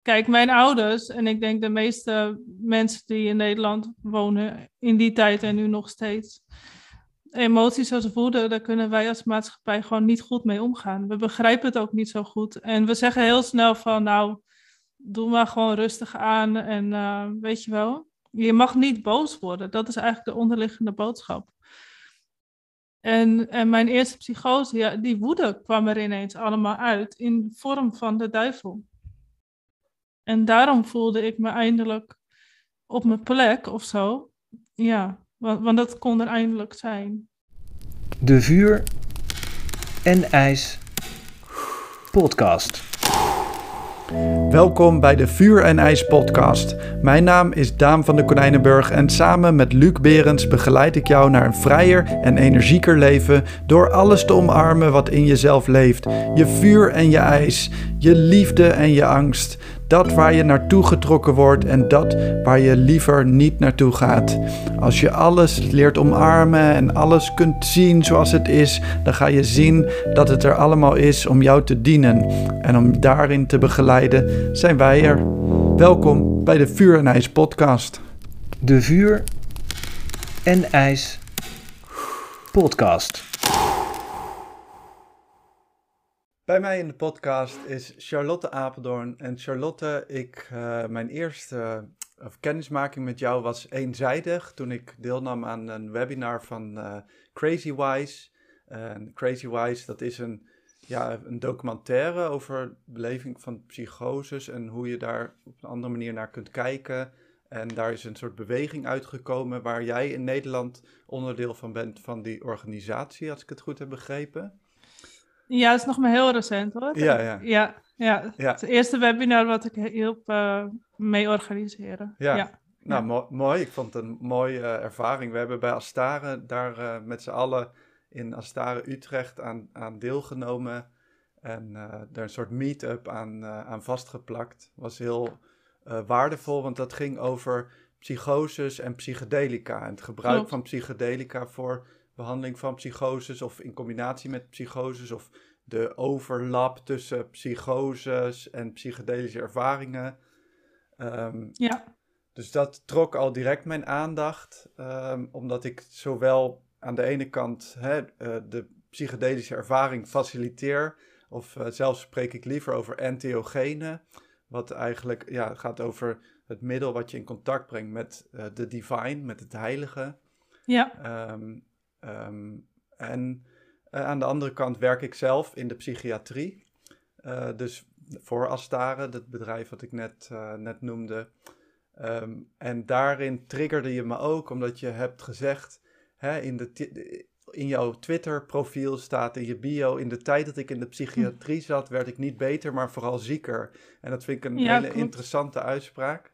Kijk, mijn ouders en ik denk de meeste mensen die in Nederland wonen in die tijd en nu nog steeds. Emoties als woede, daar kunnen wij als maatschappij gewoon niet goed mee omgaan. We begrijpen het ook niet zo goed. En we zeggen heel snel van, nou, doe maar gewoon rustig aan en weet je wel. Je mag niet boos worden. Dat is eigenlijk de onderliggende boodschap. En mijn eerste psychose, ja, die woede kwam er ineens allemaal uit in vorm van de duivel. En daarom voelde ik me eindelijk op mijn plek of zo. Ja, want dat kon er eindelijk zijn. De Vuur en IJs podcast. Welkom bij de Vuur en IJs podcast. Mijn naam is Daan van de Konijnenburg en samen met Luc Berends begeleid ik jou naar een vrijer en energieker leven door alles te omarmen wat in jezelf leeft. Je vuur en je ijs, je liefde en je angst. Dat waar je naartoe getrokken wordt en dat waar je liever niet naartoe gaat. Als je alles leert omarmen en alles kunt zien zoals het is, dan ga je zien dat het er allemaal is om jou te dienen. En om daarin te begeleiden zijn wij er. Welkom bij de Vuur en IJs podcast. De Vuur en IJs podcast. Bij mij in de podcast is Charlotte Apeldoorn. En Charlotte, mijn eerste kennismaking met jou was eenzijdig toen ik deelnam aan een webinar van Crazy Wise. Crazy Wise, dat is een documentaire over beleving van psychoses en hoe je daar op een andere manier naar kunt kijken. En daar is een soort beweging uitgekomen waar jij in Nederland onderdeel van bent van die organisatie, als ik het goed heb begrepen. Ja, het is nog maar heel recent hoor. Ja. Het is het eerste webinar wat ik hielp mee organiseren. Mooi. Ik vond het een mooie ervaring. We hebben bij Astare daar met z'n allen in Astare Utrecht aan deelgenomen. En daar een soort meet-up aan vastgeplakt. Was heel waardevol, want dat ging over psychoses en psychedelica. En het gebruik van psychedelica voor behandeling van psychoses of in combinatie met psychoses of de overlap tussen psychoses en psychedelische ervaringen. Dus dat trok al direct mijn aandacht, omdat ik zowel aan de ene kant de psychedelische ervaring faciliteer, of zelfs spreek ik liever over entheogene, wat eigenlijk gaat over het middel wat je in contact brengt met de divine, met het heilige. Ja. En aan de andere kant werk ik zelf in de psychiatrie. Dus voor Astare, het bedrijf wat ik net noemde. En daarin triggerde je me ook, omdat je hebt gezegd, in jouw Twitter-profiel staat in je bio, in de tijd dat ik in de psychiatrie zat, werd ik niet beter, maar vooral zieker. En dat vind ik een hele interessante uitspraak.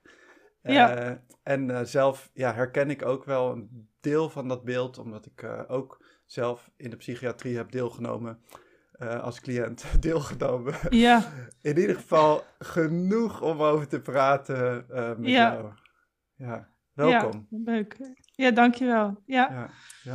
Zelf herken ik ook wel een deel van dat beeld, omdat ik ook zelf in de psychiatrie heb deelgenomen, als cliënt deelgenomen. Ja. In ieder geval genoeg om over te praten met jou. Ja, welkom. Ja, leuk. Ja, dankjewel. Ja.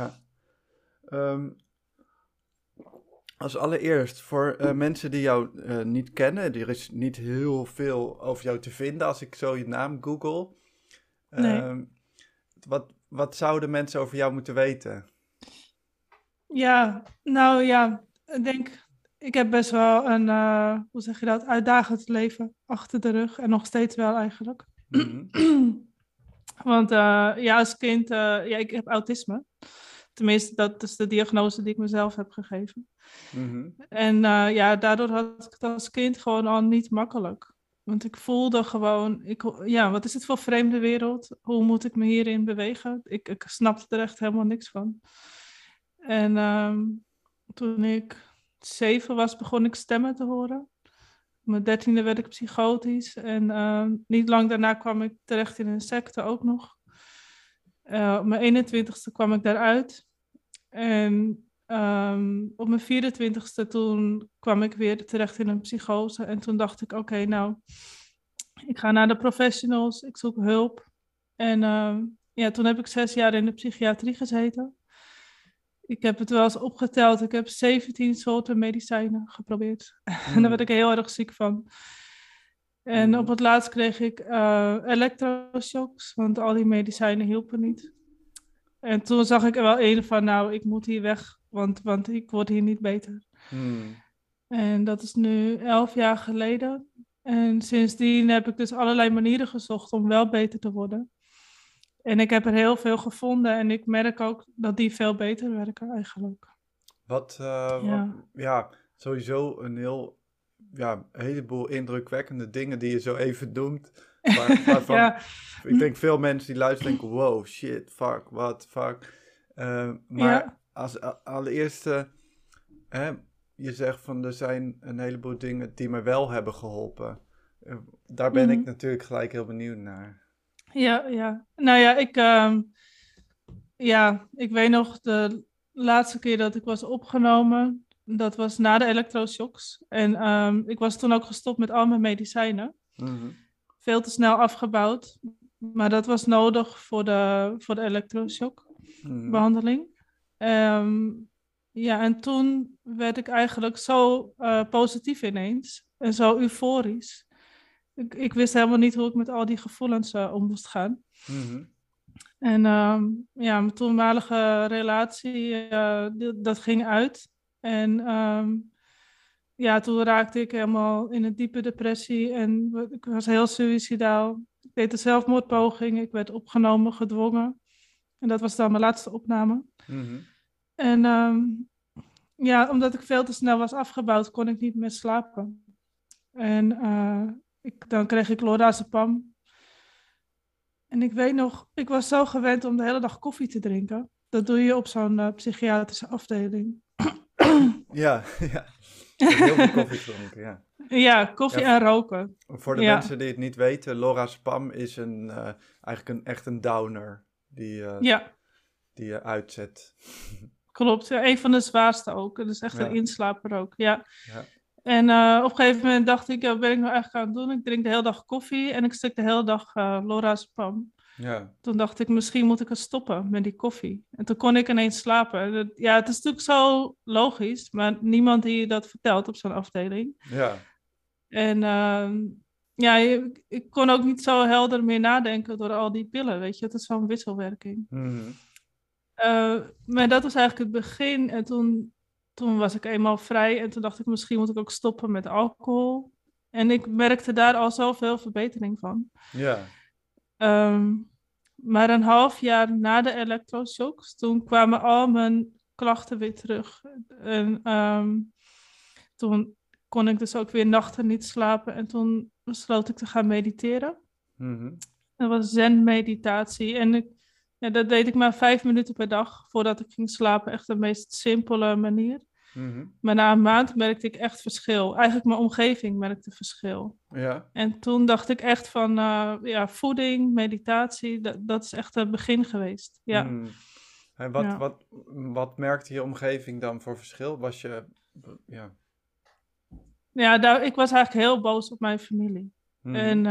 Als allereerst, voor mensen die jou niet kennen, er is niet heel veel over jou te vinden als ik zo je naam google. Nee. Wat zouden mensen over jou moeten weten? Ja, nou ja, ik denk, ik heb best wel een, uitdagend leven achter de rug. En nog steeds wel eigenlijk. Mm-hmm. Want als kind, ik heb autisme. Tenminste, dat is de diagnose die ik mezelf heb gegeven. Mm-hmm. En daardoor had ik het als kind gewoon al niet makkelijk. Want ik voelde gewoon, wat is het voor vreemde wereld? Hoe moet ik me hierin bewegen? Ik snapte er echt helemaal niks van. En toen ik 7 was, begon ik stemmen te horen. Op mijn 13e werd ik psychotisch. En niet lang daarna kwam ik terecht in een secte ook nog. Op mijn 21ste kwam ik daaruit. En op mijn 24ste toen kwam ik weer terecht in een psychose. En toen dacht ik, oké, ik ga naar de professionals. Ik zoek hulp. En toen heb ik 6 jaar in de psychiatrie gezeten. Ik heb het wel eens opgeteld. Ik heb 17 soorten medicijnen geprobeerd. En daar werd ik heel erg ziek van. En op het laatst kreeg ik elektroshocks, want al die medicijnen hielpen niet. En toen zag ik er wel een van, nou, ik moet hier weg, want ik word hier niet beter. En dat is nu 11 jaar geleden. En sindsdien heb ik dus allerlei manieren gezocht om wel beter te worden. En ik heb er heel veel gevonden en ik merk ook dat die veel beter werken eigenlijk. Sowieso een heleboel indrukwekkende dingen die je zo even noemt. Waarvan ik denk veel mensen die luisteren denken, wow, shit, fuck, what, fuck. Als allereerste, je zegt van er zijn een heleboel dingen die me wel hebben geholpen. Daar ben ik natuurlijk gelijk heel benieuwd naar. Ja. Nou ja, ik weet nog de laatste keer dat ik was opgenomen, dat was na de elektroshocks. En ik was toen ook gestopt met al mijn medicijnen. Veel te snel afgebouwd. Maar dat was nodig voor de elektroshockbehandeling. En toen werd ik eigenlijk zo positief ineens. En zo euforisch. Ik wist helemaal niet hoe ik met al die gevoelens om moest gaan. En mijn toenmalige relatie, dat ging uit. En toen raakte ik helemaal in een diepe depressie. En ik was heel suïcidaal. Ik deed een zelfmoordpoging. Ik werd opgenomen, gedwongen. En dat was dan mijn laatste opname. En omdat ik veel te snel was afgebouwd, kon ik niet meer slapen. En dan kreeg ik lorazepam. En ik weet nog, ik was zo gewend om de hele dag koffie te drinken. Dat doe je op zo'n psychiatrische afdeling. Ja. Heel veel koffie drinken, ja. Ja, koffie en roken. Voor de mensen die het niet weten, lorazepam is eigenlijk echt een downer die je uitzet. Klopt, ja, een van de zwaarste ook. Dat is echt een inslaper ook, ja. En op een gegeven moment dacht ik, wat ben ik nou eigenlijk aan het doen? Ik drink de hele dag koffie en ik slik de hele dag lorazepam. Ja. Toen dacht ik, misschien moet ik er stoppen met die koffie. En toen kon ik ineens slapen. Het is natuurlijk zo logisch, maar niemand die je dat vertelt op zo'n afdeling. Ja. En ik kon ook niet zo helder meer nadenken door al die pillen, weet je. Het is zo'n wisselwerking. Maar dat was eigenlijk het begin. En toen was ik eenmaal vrij en toen dacht ik, misschien moet ik ook stoppen met alcohol. En ik merkte daar al zoveel verbetering van. Ja. Maar een half jaar na de elektroshocks, toen kwamen al mijn klachten weer terug. En toen kon ik dus ook weer nachten niet slapen. En toen besloot ik te gaan mediteren. Dat was zen-meditatie. En dat deed ik maar 5 minuten per dag voordat ik ging slapen. Echt de meest simpele manier. Maar na een maand merkte ik echt verschil. Eigenlijk mijn omgeving merkte verschil. Ja. En toen dacht ik echt van voeding, meditatie, dat is echt het begin geweest. Ja. En wat merkte je omgeving dan voor verschil? Was je... Ik was eigenlijk heel boos op mijn familie. En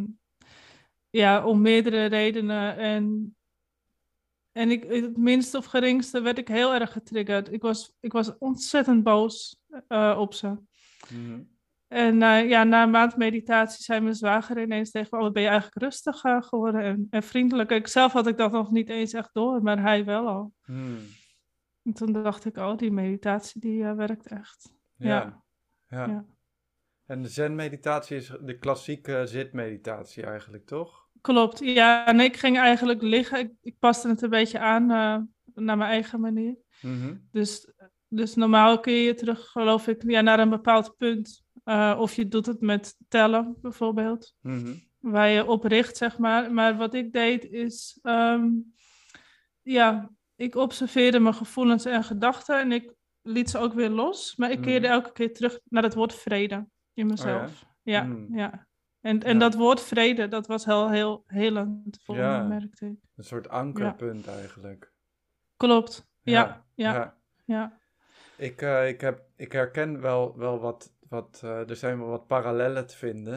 om meerdere redenen. En het minste of geringste werd ik heel erg getriggerd. Ik was ontzettend boos op ze. En na een maand meditatie zei mijn zwager ineens tegen me, wat ben je eigenlijk rustig geworden en vriendelijk. Zelf had ik dat nog niet eens echt door, maar hij wel al. En toen dacht ik, die meditatie die werkt echt. Ja. En de zen-meditatie is de klassieke zitmeditatie eigenlijk, toch? Klopt, ja. En ik ging eigenlijk liggen. Ik paste het een beetje aan naar mijn eigen manier. Dus normaal kun je terug, geloof ik, naar een bepaald punt. Of je doet het met tellen, bijvoorbeeld. Waar je op richt, zeg maar. Maar wat ik deed is... ik observeerde mijn gevoelens en gedachten. En ik liet ze ook weer los. Maar ik keerde elke keer terug naar het woord vrede in mezelf. Ja. En dat woord vrede, dat was heel helend voor me, merkte ik. Een soort ankerpunt eigenlijk. Klopt, ja. Ik herken wel wat er zijn wel wat parallellen te vinden.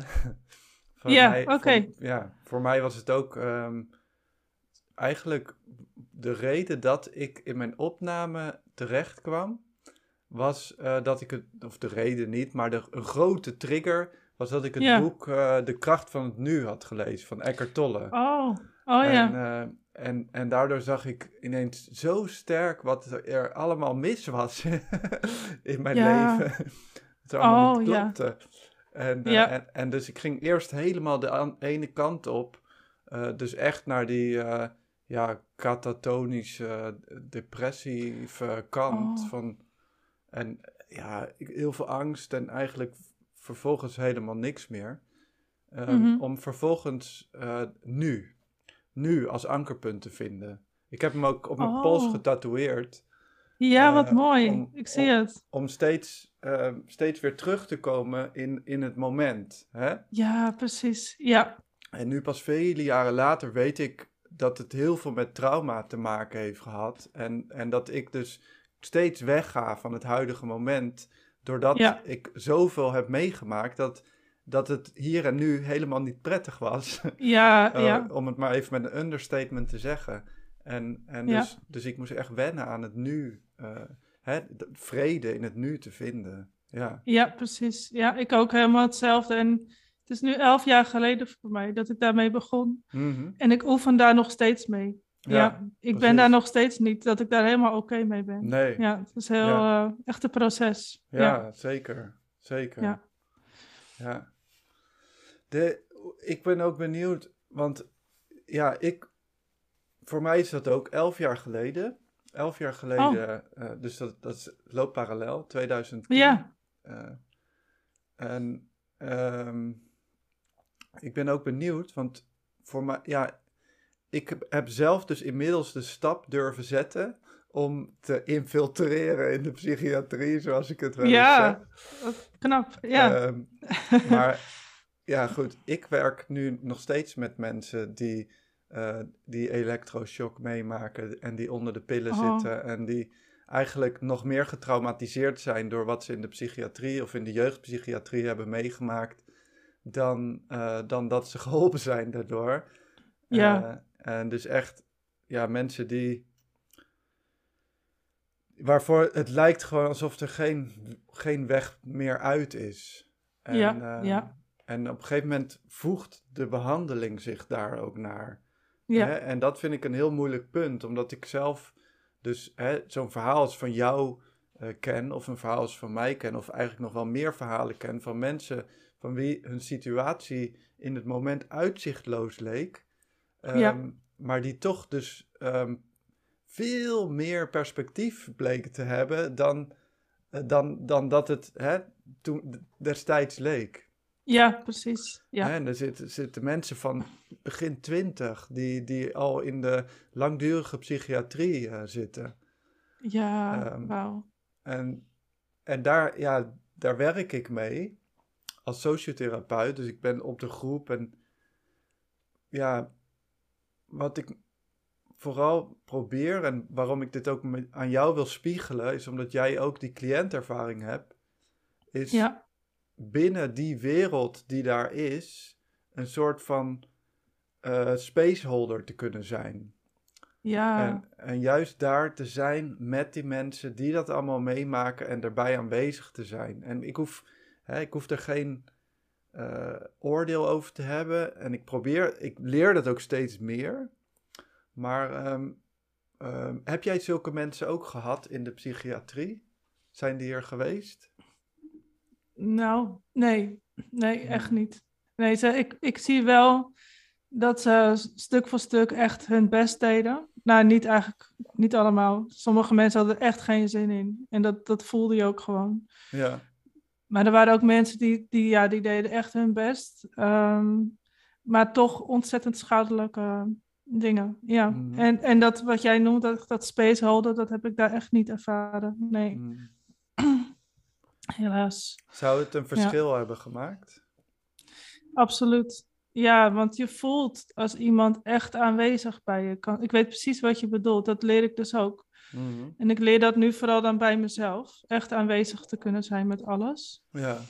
Voor mij was het ook eigenlijk de reden dat ik in mijn opname terecht kwam, was dat ik een grote trigger was dat ik het Ja. boek De Kracht van het Nu had gelezen van Eckhart Tolle. Oh ja. En daardoor zag ik ineens zo sterk wat er allemaal mis was in mijn Ja. leven. Het allemaal niet Ja. klopte. Ja. En dus ik ging eerst helemaal de ene kant op. Dus echt naar die katatonische, depressieve kant. Oh. En ja, heel veel angst en eigenlijk vervolgens helemaal niks meer. Om vervolgens nu als ankerpunt te vinden. Ik heb hem ook op mijn pols getatoeëerd. Ja, wat mooi. Ik zie het. Om steeds weer terug te komen in het moment. Hè? Ja, precies. Ja. En nu pas vele jaren later weet ik dat het heel veel met trauma te maken heeft gehad. En dat ik dus steeds wegga van het huidige moment. Doordat ik zoveel heb meegemaakt dat het hier en nu helemaal niet prettig was. Ja. Om het maar even met een understatement te zeggen. Dus ik moest echt wennen aan het nu. Vrede in het nu te vinden. Ja, precies. Ja, ik ook helemaal hetzelfde. En het is nu 11 jaar geleden voor mij dat ik daarmee begon. Mm-hmm. En ik oefen daar nog steeds mee. Ja, ik ben daar nog steeds niet dat ik daar helemaal oké mee ben. Nee. Ja, het is heel echt een proces. Ja, zeker. Zeker. Ja. Ik ben ook benieuwd, want voor mij is dat ook 11 jaar geleden. 11 jaar geleden, dus dat loopt parallel, 2010. Ja. Ik ben ook benieuwd, want voor mij, ik heb zelf dus inmiddels de stap durven zetten om te infiltreren in de psychiatrie, zoals ik het wel eens zeg. Ja, knap, ja. Maar ja, goed, ik werk nu nog steeds met mensen die elektroshock meemaken en die onder de pillen zitten en die eigenlijk nog meer getraumatiseerd zijn door wat ze in de psychiatrie of in de jeugdpsychiatrie hebben meegemaakt dan dat ze geholpen zijn daardoor. Ja. En dus echt, mensen waarvoor het lijkt gewoon alsof er geen weg meer uit is. En op een gegeven moment voegt de behandeling zich daar ook naar. Ja. En dat vind ik een heel moeilijk punt, omdat ik zelf dus zo'n verhaal als van jou ken, of een verhaal als van mij ken, of eigenlijk nog wel meer verhalen ken van mensen van wie hun situatie in het moment uitzichtloos leek, maar die toch dus veel meer perspectief bleken te hebben dan dat het toen destijds leek. Ja, precies. Ja. En er zitten mensen van begin 20 die al in de langdurige psychiatrie zitten. Ja, wauw. En daar werk ik mee als sociotherapeut. Dus ik ben op de groep en wat ik vooral probeer en waarom ik dit ook aan jou wil spiegelen, is omdat jij ook die cliëntervaring hebt, is binnen die wereld die daar is, een soort van spaceholder te kunnen zijn. Ja. En juist daar te zijn met die mensen die dat allemaal meemaken en erbij aanwezig te zijn. En ik hoef er geen oordeel over te hebben. En ik leer dat ook steeds meer. Maar heb jij zulke mensen ook gehad in de psychiatrie? Zijn die er geweest? Nou, nee, echt niet. Nee, ik zie wel dat ze stuk voor stuk echt hun best deden. Nou, niet allemaal. Sommige mensen hadden er echt geen zin in. En dat voelde je ook gewoon. Ja. Maar er waren ook mensen die deden echt hun best. Maar toch ontzettend schadelijke dingen. Ja. Mm-hmm. En dat wat jij noemt, dat spaceholder, dat heb ik daar echt niet ervaren. Nee. Mm. Helaas. Zou het een verschil hebben gemaakt? Absoluut. Ja, want je voelt als iemand echt aanwezig bij je. Ik weet precies wat je bedoelt. Dat leer ik dus ook. Mm-hmm. En ik leer dat nu vooral dan bij mezelf. Echt aanwezig te kunnen zijn met alles.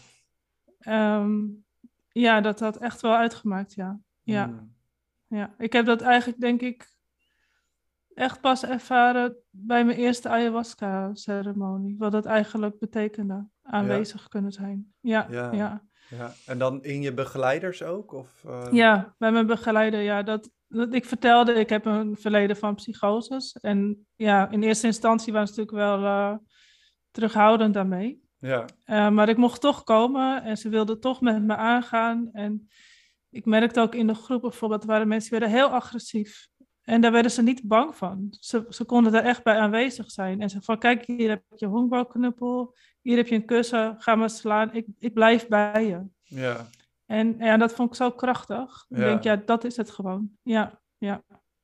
Ja. Dat had echt wel uitgemaakt, ja. Ja. Ik heb dat eigenlijk, denk ik, echt pas ervaren bij mijn eerste ayahuasca-ceremonie. Wat dat eigenlijk betekende. Aanwezig kunnen zijn. Ja. Ja. En dan in je begeleiders ook? Of, Ja, bij mijn begeleider, ja. Dat ik vertelde, ik heb een verleden van psychoses. En ja, in eerste instantie waren ze natuurlijk wel terughoudend daarmee. Ja, Maar ik mocht toch komen en ze wilden toch met me aangaan. En ik merkte ook in de groep bijvoorbeeld, waren mensen die werden heel agressief. En daar werden ze niet bang van. Ze konden daar echt bij aanwezig zijn. En ze van, kijk, hier heb je honkbalknuppel, hier heb je een kussen, ga maar slaan, ik blijf bij je. ja, En ja, dat vond ik zo krachtig. Ik Ja. denk, ja, dat is het gewoon. Ja. ja.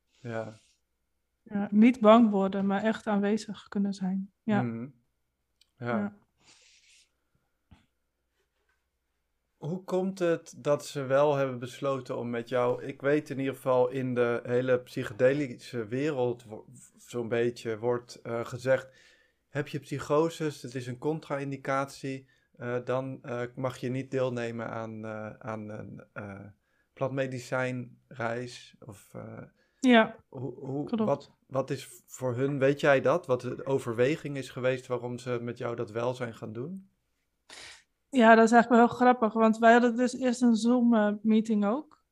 Niet bang worden, maar echt aanwezig kunnen zijn. Ja. Mhm. Ja. Ja. Hoe komt het dat ze wel hebben besloten om met jou... Ik weet in ieder geval in de hele psychedelische wereld zo'n beetje wordt gezegd... Heb je psychoses, het is een contra-indicatie... dan mag je niet deelnemen aan een plantmedicijnreis. Of, Ja, klopt. wat is voor hun, weet jij dat? Wat de overweging is geweest waarom ze met jou dat wel zijn gaan doen? Ja, dat is eigenlijk wel heel grappig, want wij hadden dus eerst een Zoom-meeting ook.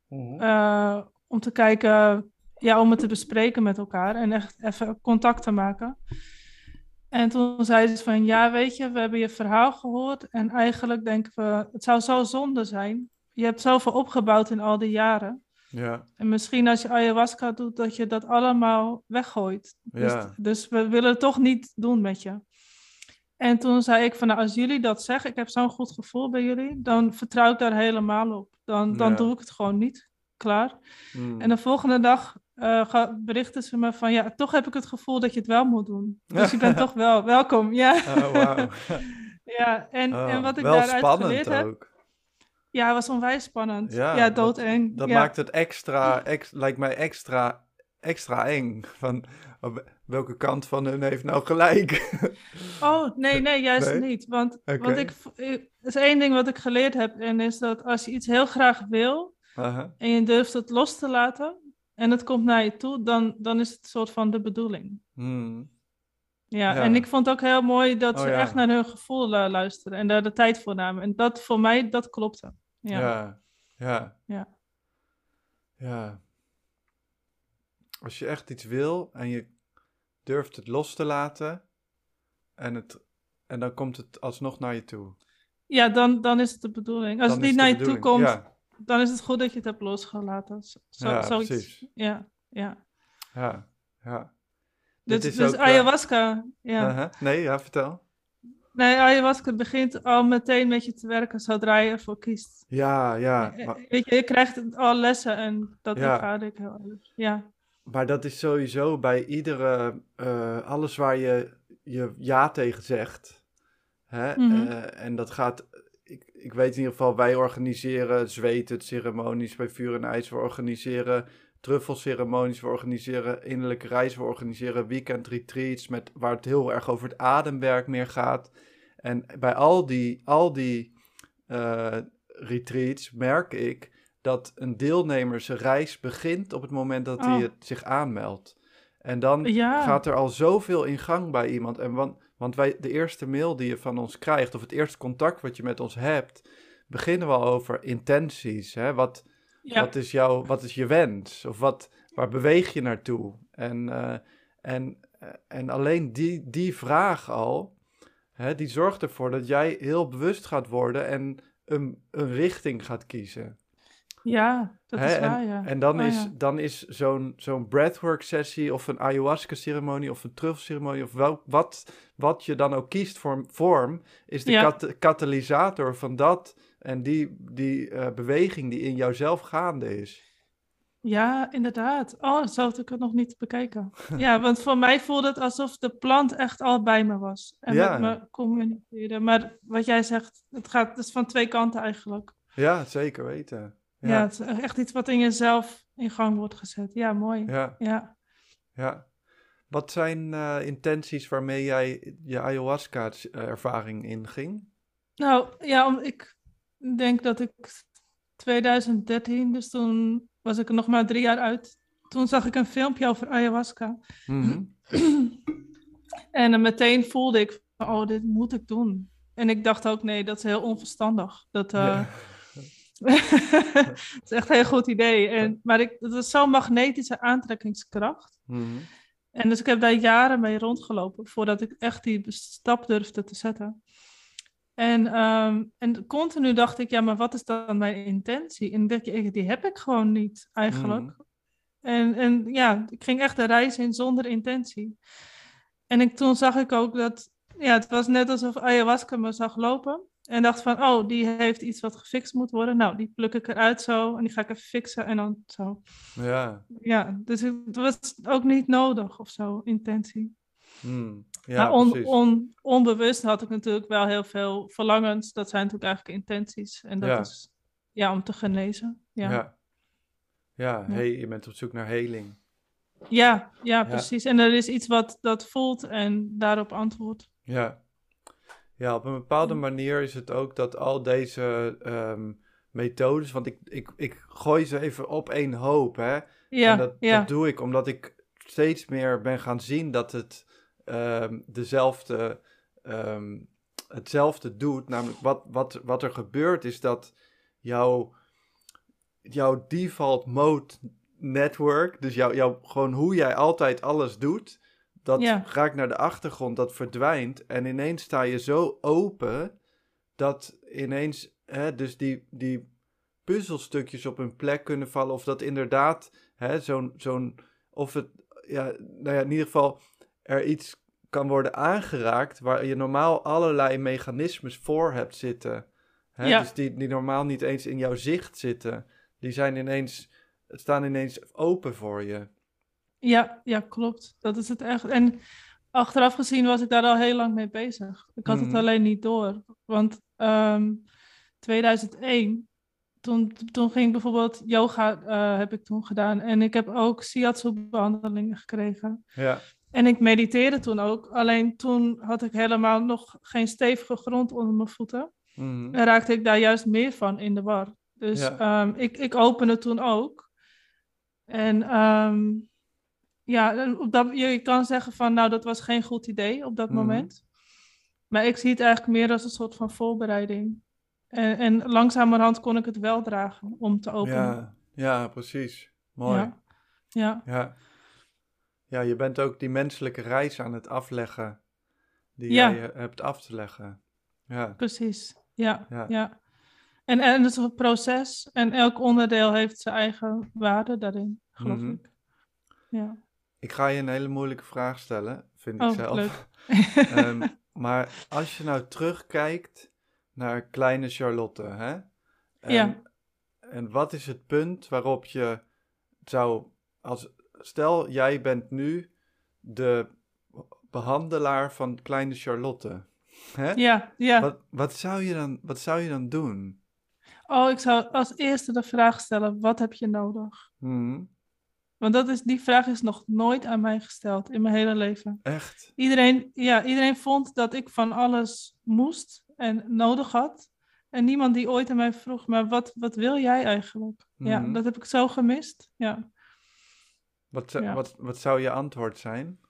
Om te kijken, ja, om het te bespreken met elkaar en echt even contact te maken. En toen zeiden ze van, ja, weet je, we hebben je verhaal gehoord en eigenlijk denken we, het zou zo zonde zijn. Je hebt zoveel opgebouwd in al die jaren. Ja, En misschien als je ayahuasca doet, dat je dat allemaal weggooit. Ja. Dus we willen het toch niet doen met je. En toen zei ik van, nou, als jullie dat zeggen, ik heb zo'n goed gevoel bij jullie, dan vertrouw ik daar helemaal op. Dan Ja. doe ik het gewoon niet. Klaar. Mm. En de volgende dag berichten ze me van, ja, toch heb ik het gevoel dat je het wel moet doen. Dus je bent toch wel welkom. Ja, Oh, wauw. ja. En wat ik wel daaruit spannend geleerd heb, ook. ja, het was onwijs spannend. Ja, Ja, doodeng. Dat Ja. maakt het lijkt mij extra eng. Van op welke kant van hun heeft nou gelijk? Oh, nee, juist Nee? niet. Want Oké. er is één ding wat ik geleerd heb, en is dat als je iets heel graag wil, Aha. en je durft het los te laten, en het komt naar je toe, dan is het een soort van de bedoeling. Hmm. Ja, Ja. en ik vond het ook heel mooi dat Oh, ze ja. echt naar hun gevoel luisteren en daar de tijd voor namen. En dat voor mij, dat klopte. Ja. Ja. Ja. Ja. Als je echt iets wil en je durft het los te laten en dan komt het alsnog naar je toe. Ja, dan is het de bedoeling. Als Dan het is niet de naar je toe bedoeling. komt, Ja, dan is het goed dat je het hebt losgelaten. Ja, Zoiets. precies. Ja. ja. Dit Dus is ook, ayahuasca, ja. aha. Nee, ja, vertel. Nee, ayahuasca begint al meteen met je te werken zodra je ervoor kiest. Ja. Weet je krijgt al lessen en dat Ja. ervaar ik heel erg. Ja. Maar dat is sowieso bij iedere, alles waar je ja tegen zegt. Hè? Mhm. En dat gaat, ik weet in ieder geval, wij organiseren ceremonies bij Vuur en IJs. We organiseren truffelceremonies, we organiseren innerlijke reizen, we organiseren weekend retreats waar het heel erg over het ademwerk meer gaat. En bij al die retreats merk ik dat een deelnemer zijn reis begint op het moment dat hij het zich aanmeldt. En dan Ja. gaat er al zoveel in gang bij iemand. En want de eerste mail die je van ons krijgt, of het eerste contact wat je met ons hebt, beginnen we al over intenties. Hè? Wat is je wens? Of waar beweeg je naartoe? En alleen die vraag al, hè, die zorgt ervoor dat jij heel bewust gaat worden en een richting gaat kiezen. Ja, dat is waar, ja. En dan is zo'n breathwork sessie of een ayahuasca ceremonie of een truffelceremonie of wat je dan ook kiest voor vorm, is de katalysator van dat en die beweging die in jouzelf gaande is. Ja, inderdaad. Oh, zo had ik het nog niet bekeken. Ja, want voor mij voelde het alsof de plant echt al bij me was. En met me communiceerde. Maar wat jij zegt, het is van twee kanten eigenlijk. Ja, zeker weten. Ja, het is echt iets wat in jezelf in gang wordt gezet. Ja, mooi. Ja. Wat zijn intenties waarmee jij je ayahuasca-ervaring inging? Nou, ja, ik denk dat ik 2013, dus toen was ik er nog maar 3 jaar uit. Toen zag ik een filmpje over ayahuasca. Mm-hmm. En meteen voelde ik, oh, dit moet ik doen. En ik dacht ook, nee, dat is heel onverstandig. Dat Ja. het is echt een heel goed idee. Maar dat is zo'n magnetische aantrekkingskracht. Mhm. En dus ik heb daar jaren mee rondgelopen voordat ik echt die stap durfde te zetten. En continu dacht ik, ja, maar wat is dan mijn intentie? En die heb ik gewoon niet eigenlijk. Mhm. En ja, ik ging echt de reis in zonder intentie. En toen zag ik ook dat, ja, het was net alsof ayahuasca me zag lopen. En dacht van, oh, die heeft iets wat gefixt moet worden. Nou, die pluk ik eruit zo en die ga ik even fixen en dan zo. Ja. Ja, dus het was ook niet nodig of zo, intentie. Ja, Maar precies. onbewust had ik natuurlijk wel heel veel verlangens. Dat zijn natuurlijk eigenlijk intenties. En dat Ja. is, ja, om te genezen. Ja, Ja. Ja, ja. je bent op zoek naar heling. Ja, Ja. precies. En er is iets wat dat voelt en daarop antwoordt. Ja. Ja, op een bepaalde manier is het ook dat al deze methodes, want ik gooi ze even op één hoop, hè. En Ja, dat ja, doe ik omdat ik steeds meer ben gaan zien dat het hetzelfde doet. Namelijk wat er gebeurt is dat jouw default mode network, dus gewoon hoe jij altijd alles doet, dat ja, raakt naar de achtergrond, dat verdwijnt. En ineens sta je zo open dat ineens dus die puzzelstukjes op hun plek kunnen vallen. Of dat inderdaad of het, ja, nou ja, in ieder geval er iets kan worden aangeraakt waar je normaal allerlei mechanismes voor hebt zitten. ja. Dus die normaal niet eens in jouw zicht zitten. Die staan ineens open voor je. Ja, klopt. Dat is het echt. En achteraf gezien was ik daar al heel lang mee bezig. Ik had het alleen niet door. Want 2001, toen ging ik bijvoorbeeld yoga heb ik toen gedaan. En ik heb ook shiatsu-behandelingen gekregen. Ja. En ik mediteerde toen ook. Alleen toen had ik helemaal nog geen stevige grond onder mijn voeten. En raakte ik daar juist meer van in de war. Dus Ja. ik opende toen ook. En ja, je kan zeggen van, nou, dat was geen goed idee op dat moment. Maar ik zie het eigenlijk meer als een soort van voorbereiding. En langzamerhand kon ik het wel dragen om te openen. Ja, precies. Mooi. Ja, ja, Ja. Ja, je bent ook die menselijke reis aan het afleggen die ja, jij hebt af te leggen. Ja. precies. Ja, Ja. ja. En het is een proces en elk onderdeel heeft zijn eigen waarde daarin, geloof ik. Ja. Ik ga je een hele moeilijke vraag stellen, vind ik Oh, zelf. leuk. Maar als je nou terugkijkt naar kleine Charlotte, hè? Ja. En wat is het punt waarop je stel jij bent nu de behandelaar van kleine Charlotte, hè? Ja. Wat zou je dan doen? Oh, ik zou als eerste de vraag stellen, wat heb je nodig? Want die vraag is nog nooit aan mij gesteld in mijn hele leven. Echt? Iedereen vond dat ik van alles moest en nodig had. En niemand die ooit aan mij vroeg, maar wat wil jij eigenlijk? Ja, dat heb ik zo gemist. Ja. Wat zou je antwoord zijn?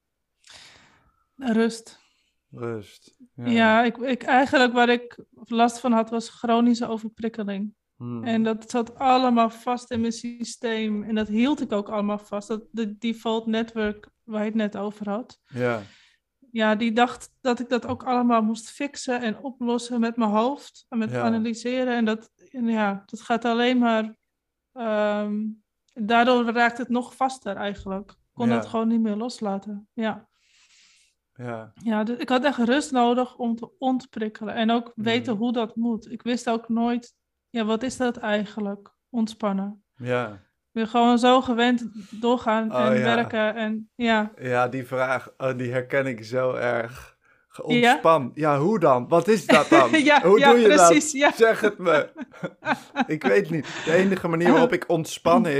Rust. Rust. Ja, eigenlijk waar ik last van had, was chronische overprikkeling. En dat zat allemaal vast in mijn systeem. En dat hield ik ook allemaal vast. De default network waar je het net over had. Ja. Ja, die dacht dat ik dat ook allemaal moest fixen en oplossen met mijn hoofd. En met analyseren. En dat gaat alleen maar... daardoor raakt het nog vaster eigenlijk. Ik kon dat gewoon niet meer loslaten. Ja. Ja, dus ik had echt rust nodig om te ontprikkelen. En ook weten hoe dat moet. Ik wist ook nooit... Ja, wat is dat eigenlijk? Ontspannen. Ja. Ik ben gewoon zo gewend doorgaan en werken en ja. Ja, die vraag, die herken ik zo erg. Ontspan. Ja, hoe dan? Wat is dat dan? Hoe doe je precies, dat? Ja. Zeg het me. Ik weet niet. De enige manier waarop ik ontspannen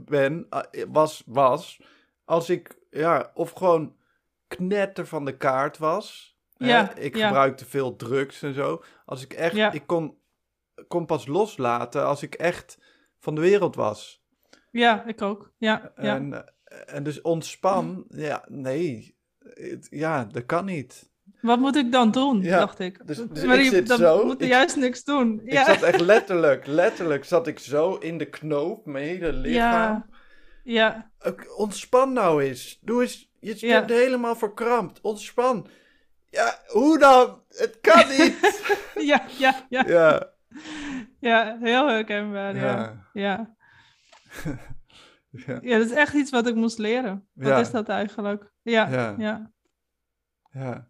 was als ik, of gewoon knetter van de kaart was. Ja, ik gebruikte veel drugs en zo. Als ik echt, ik kon pas loslaten als ik echt van de wereld was. Ja, ik ook. Ja. En dus ontspan, nee, dat kan niet. Wat moet ik dan doen, Ja, dacht ik. dus Maar ik je zit dan zo, moet er ik- juist niks doen. Ik zat echt letterlijk zat ik zo in de knoop, mijn hele lichaam. Ja, Ontspan nou eens. Doe eens, je Ja. bent helemaal verkrampt. Ontspan. Ja, hoe dan? Het kan niet. ja, ja, ja. Ja, Ja, heel herkenbaar, ja. ja. Ja. Ja, Dat is echt iets wat ik moest leren. Wat Ja. is dat eigenlijk? Ja, Ja. ja. ja.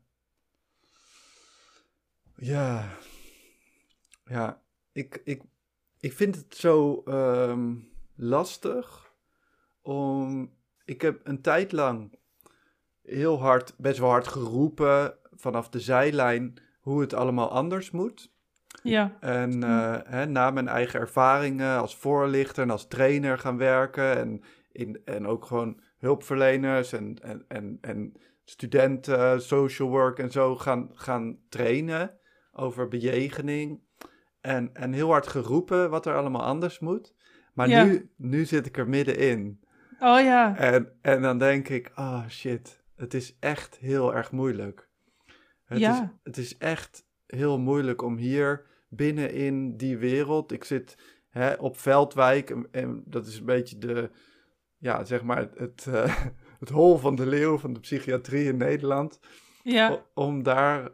Ja. Ja. Ik vind het zo lastig om... Ik heb een tijd lang best wel hard geroepen vanaf de zijlijn hoe het allemaal anders moet. Ja, En na mijn eigen ervaringen als voorlichter en als trainer gaan werken. En ook gewoon hulpverleners en studenten, social work en zo gaan trainen over bejegening. En heel hard geroepen wat er allemaal anders moet. Maar Ja. nu zit ik er middenin. oh ja. En dan denk ik, oh shit, het is echt heel erg moeilijk. Het is echt heel moeilijk om hier binnen in die wereld. Ik zit op Veldwijk en dat is een beetje zeg maar het hol van de leeuw van de psychiatrie in Nederland. Ja, Om daar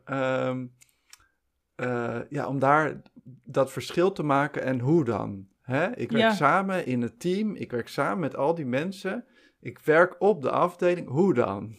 dat verschil te maken en hoe dan? Ik werk samen in het team, ik werk samen met al die mensen. Ik werk op de afdeling, hoe dan?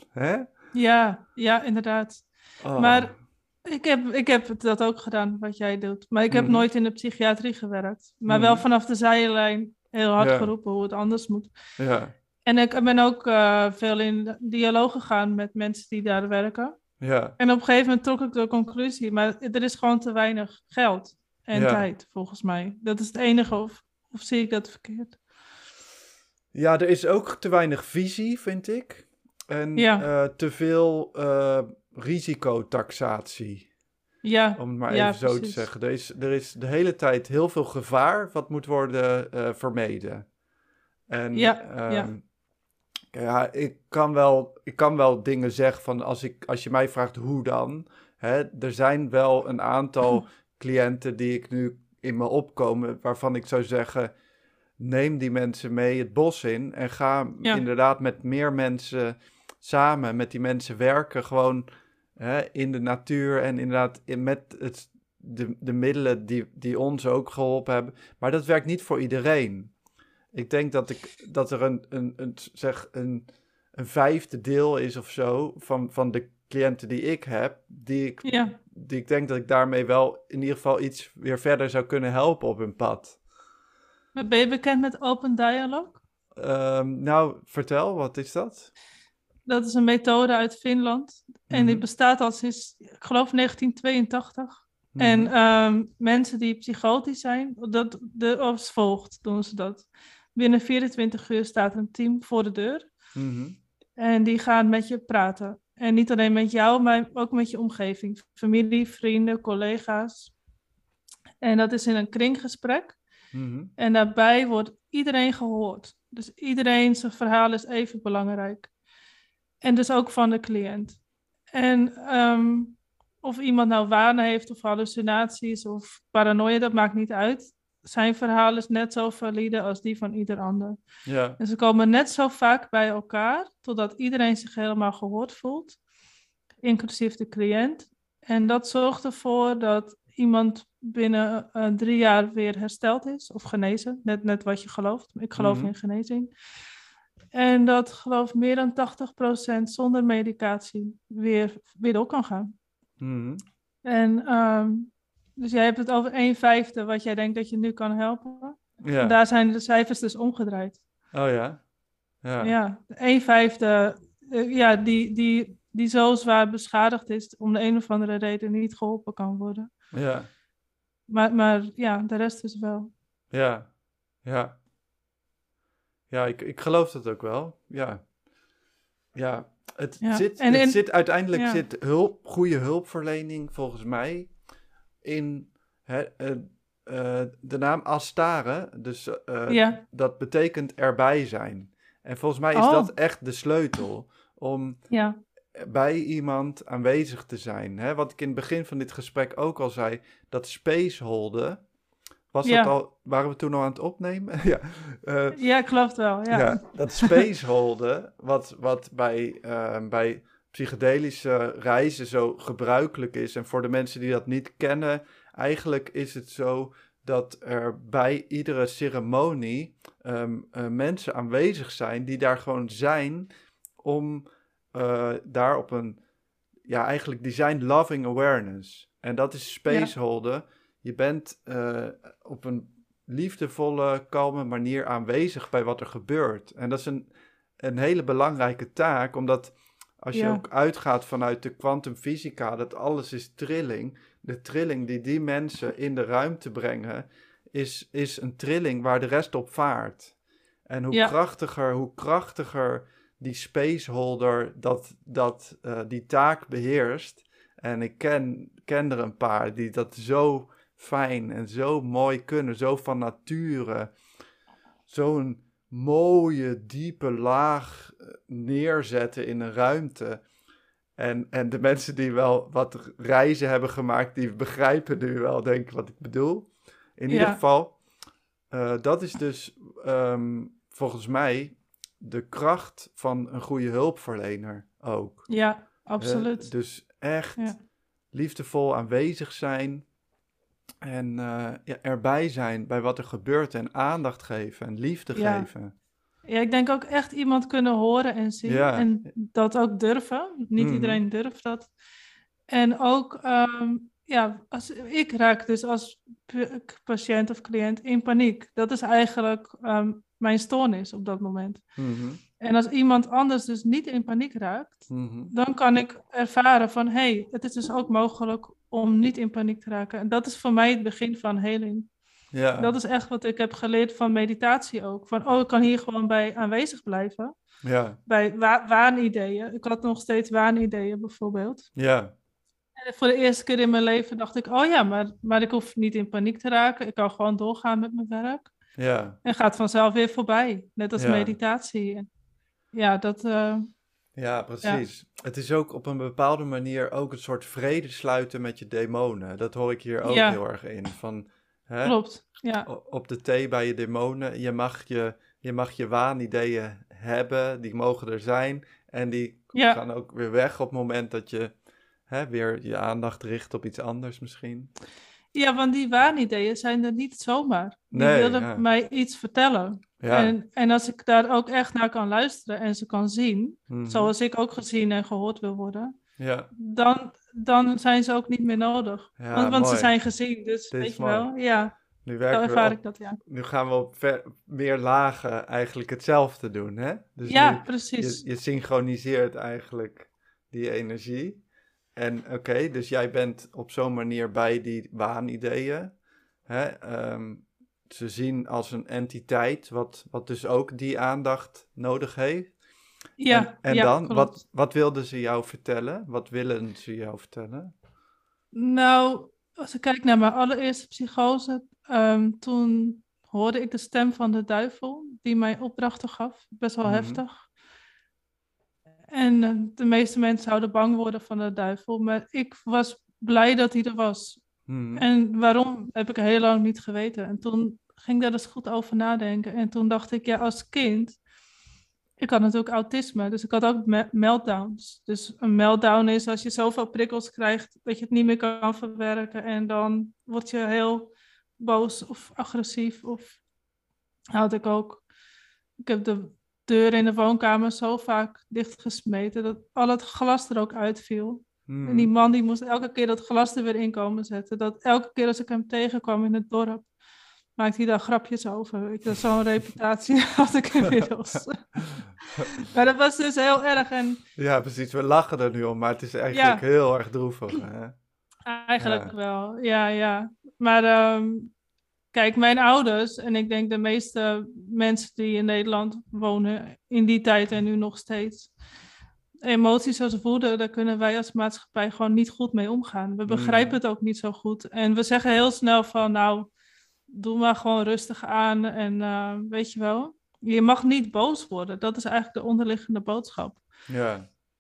ja, inderdaad. Oh. Maar ik heb dat ook gedaan, wat jij doet. Maar ik heb Mhm. nooit in de psychiatrie gewerkt. Maar wel vanaf de zijlijn heel hard Ja. geroepen hoe het anders moet. Ja, En ik ben ook veel in dialoog gegaan met mensen die daar werken. ja, En op een gegeven moment trok ik de conclusie, maar er is gewoon te weinig geld en Ja. tijd, volgens mij. Dat is het enige, of zie ik dat verkeerd? ja, er is ook te weinig visie, vind ik. En Ja. te veel risicotaxatie, Ja, om het maar ja, even zo te precies. zeggen. Er is de hele tijd heel veel gevaar wat moet worden vermeden. En Ja, ja, ik kan wel dingen zeggen van als je mij vraagt hoe dan. Er zijn wel een aantal cliënten die ik nu in me opkomen, waarvan ik zou zeggen, neem die mensen mee het bos in en ga inderdaad met meer mensen samen met die mensen werken, gewoon in de natuur en inderdaad met de middelen die ons ook geholpen hebben. Maar dat werkt niet voor iedereen. Ik denk dat er een vijfde deel is of zo van de cliënten die ik heb, die ik denk dat ik daarmee wel in ieder geval iets weer verder zou kunnen helpen op hun pad. Maar ben je bekend met Open Dialogue? Nou, vertel, wat is dat? Dat is een methode uit Finland. En die bestaat al sinds, ik geloof, 1982. En mensen die psychotisch zijn, als volgt doen ze dat. Binnen 24 uur staat er een team voor de deur. En die gaan met je praten. En niet alleen met jou, maar ook met je omgeving. Familie, vrienden, collega's. En dat is in een kringgesprek. En daarbij wordt iedereen gehoord. Dus iedereen zijn verhaal is even belangrijk. En dus ook van de cliënt. En of iemand nou wanen heeft of hallucinaties of paranoia, dat maakt niet uit. Zijn verhaal is net zo valide als die van ieder ander. Ja. En ze komen net zo vaak bij elkaar, totdat iedereen zich helemaal gehoord voelt. Inclusief de cliënt. En dat zorgt ervoor dat iemand binnen 3 jaar weer hersteld is of genezen. Net wat je gelooft. Ik geloof in genezing. En dat geloof meer dan 80% zonder medicatie weer door kan gaan. En dus jij hebt het over 1/5 wat jij denkt dat je nu kan helpen. Ja. En daar zijn de cijfers dus omgedraaid. Oh ja? Ja, 1/5 die zo zwaar beschadigd is, om de een of andere reden niet geholpen kan worden. Ja. Maar ja, de rest is wel. Ja. Ja. Ja, ik geloof dat ook wel. Ja. Ja. Uiteindelijk zit goede hulpverlening volgens mij in de naam Astare. Dus dat betekent erbij zijn. En volgens mij is dat echt de sleutel om bij iemand aanwezig te zijn. Hè? Wat ik in het begin van dit gesprek ook al zei, dat spaceholden, waren we toen al aan het opnemen? Ja, ja, klopt wel. Ja. ja, dat spaceholden, wat bij psychedelische reizen zo gebruikelijk is. En voor de mensen die dat niet kennen, eigenlijk is het zo dat er bij iedere ceremonie mensen aanwezig zijn die daar gewoon zijn om daar op een, ja, eigenlijk die zijn loving awareness. En dat is spaceholden. Je bent op een liefdevolle, kalme manier aanwezig bij wat er gebeurt. En dat is een hele belangrijke taak, omdat als je ook uitgaat vanuit de kwantumfysica, dat alles is trilling. De trilling die mensen in de ruimte brengen, is een trilling waar de rest op vaart. En hoe krachtiger die spaceholder die taak beheerst. En ik ken er een paar die dat zo fijn en zo mooi kunnen, zo van nature, zo'n mooie, diepe laag neerzetten in een ruimte. En de mensen die wel wat reizen hebben gemaakt, die begrijpen nu wel, denk ik, wat ik bedoel. In ieder geval, dat is dus volgens mij de kracht van een goede hulpverlener ook. Ja, absoluut. Dus echt liefdevol aanwezig zijn en erbij zijn bij wat er gebeurt en aandacht geven en liefde geven. Ja, ik denk ook echt iemand kunnen horen en zien en dat ook durven. Niet iedereen durft dat. En ook, als ik raak dus als patiënt of cliënt in paniek. Dat is eigenlijk mijn stoornis op dat moment. Mm-hmm. En als iemand anders dus niet in paniek raakt, dan kan ik ervaren van, het is dus ook mogelijk om niet in paniek te raken. En dat is voor mij het begin van heling. Ja. Dat is echt wat ik heb geleerd van meditatie ook. Van, ik kan hier gewoon bij aanwezig blijven. Ja. Bij waanideeën. Ik had nog steeds waanideeën bijvoorbeeld. Ja. En voor de eerste keer in mijn leven dacht ik, maar ik hoef niet in paniek te raken. Ik kan gewoon doorgaan met mijn werk. Ja. En gaat vanzelf weer voorbij. Net als meditatie. Ja, dat... ja, precies. Ja. Het is ook op een bepaalde manier ook een soort vrede sluiten met je demonen. Dat hoor ik hier ook heel erg in. Van, klopt, ja. Op de thee bij je demonen. Je mag je waanideeën hebben, die mogen er zijn. En die gaan ook weer weg op het moment dat je weer je aandacht richt op iets anders misschien. Ja, want die waanideeën zijn er niet zomaar. Die willen mij iets vertellen. Ja. En als ik daar ook echt naar kan luisteren en ze kan zien, zoals ik ook gezien en gehoord wil worden, dan zijn ze ook niet meer nodig. Ja, want ze zijn gezien, dus weet je wel. Ja, nu zo ervaar ik dat, Nu gaan we op meer lagen eigenlijk hetzelfde doen, hè? Dus precies. Je synchroniseert eigenlijk die energie. En dus jij bent op zo'n manier bij die waanideeën. Ze zien als een entiteit, wat dus ook die aandacht nodig heeft. Ja, en dan, wat wilden ze jou vertellen? Wat willen ze jou vertellen? Nou, als ik kijk naar mijn allereerste psychose, toen hoorde ik de stem van de duivel, die mij opdrachten gaf. Best wel heftig. En de meeste mensen zouden bang worden van de duivel, maar ik was blij dat hij er was. En waarom, heb ik heel lang niet geweten. En toen ging ik daar dus goed over nadenken. En toen dacht ik, als kind, ik had natuurlijk autisme, dus ik had ook meltdowns. Dus een meltdown is als je zoveel prikkels krijgt dat je het niet meer kan verwerken. En dan word je heel boos of agressief. Of had ik ook. Ik heb de deur in de woonkamer zo vaak dichtgesmeten dat al het glas er ook uitviel. En die man die moest elke keer dat glas er weer in komen zetten. Dat elke keer als ik hem tegenkwam in het dorp, maakte hij daar grapjes over. Zo'n reputatie had ik inmiddels. Maar dat was dus heel erg. En... Ja, precies. We lachen er nu om, maar het is eigenlijk heel erg droevig. Hè? Eigenlijk wel, ja. Maar kijk, mijn ouders en ik denk de meeste mensen die in Nederland wonen in die tijd en nu nog steeds, emoties zoals woede, daar kunnen wij als maatschappij gewoon niet goed mee omgaan. We begrijpen het ook niet zo goed. En we zeggen heel snel van, nou, doe maar gewoon rustig aan en weet je wel. Je mag niet boos worden. Dat is eigenlijk de onderliggende boodschap. Ja.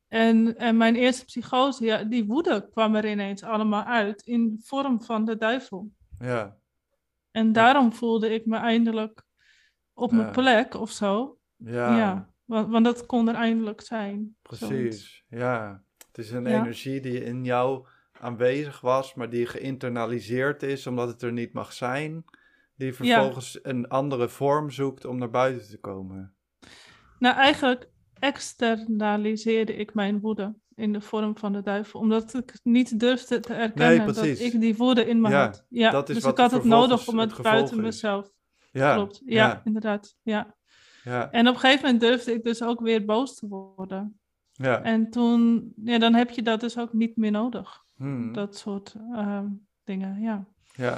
En mijn eerste psychose, ja, die woede kwam er ineens allemaal uit in vorm van de duivel. Ja, En maar, daarom voelde ik me eindelijk op mijn ja, plek of zo. ja, Ja, want dat kon er eindelijk zijn. Zoiets. precies. Ja, het is een Ja, energie die in jou aanwezig was, maar die geïnternaliseerd is omdat het er niet mag zijn. Die ja. vervolgens een andere vorm zoekt om naar buiten te komen. Nou, eigenlijk externaliseerde ik mijn woede in de vorm van de duivel. Omdat ik niet durfde te Nee, erkennen dat precies. ik die woede in me Ja, had. Ja, dat is dus ik wat had het nodig vervolgens om het het gevolg buiten is. mezelf. Ja, Klopt, ja, ja, inderdaad. Ja. ja, En op een gegeven moment durfde ik dus ook weer boos te worden. ja. En toen, ja, dan heb je dat dus ook niet meer nodig. Hmm, Dat soort dingen, ja. ja.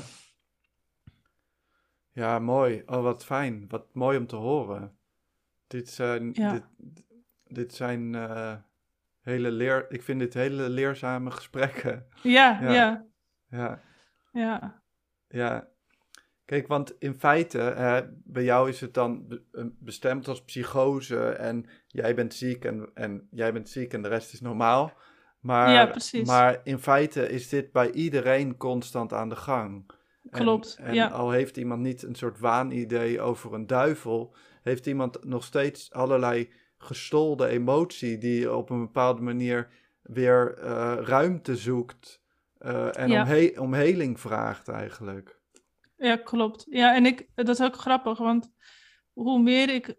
Ja, mooi. Oh, wat fijn. Wat mooi om te horen. Dit zijn, dit, Ja, dit zijn ik vind dit hele leerzame gesprekken. ja, Ja, ja, ja, ja. ja. Kijk, want in feite, bij jou is het dan bestemd als psychose en jij bent ziek en jij bent ziek en de rest is normaal. Ja, Maar, precies. maar in feite is dit bij iedereen constant aan de gang. Klopt, En ja. al heeft iemand niet een soort waanidee over een duivel, heeft iemand nog steeds allerlei gestolde emotie die op een bepaalde manier weer ruimte zoekt en Ja. om heling vraagt eigenlijk. Ja, klopt. Ja, en dat is ook grappig, want hoe meer ik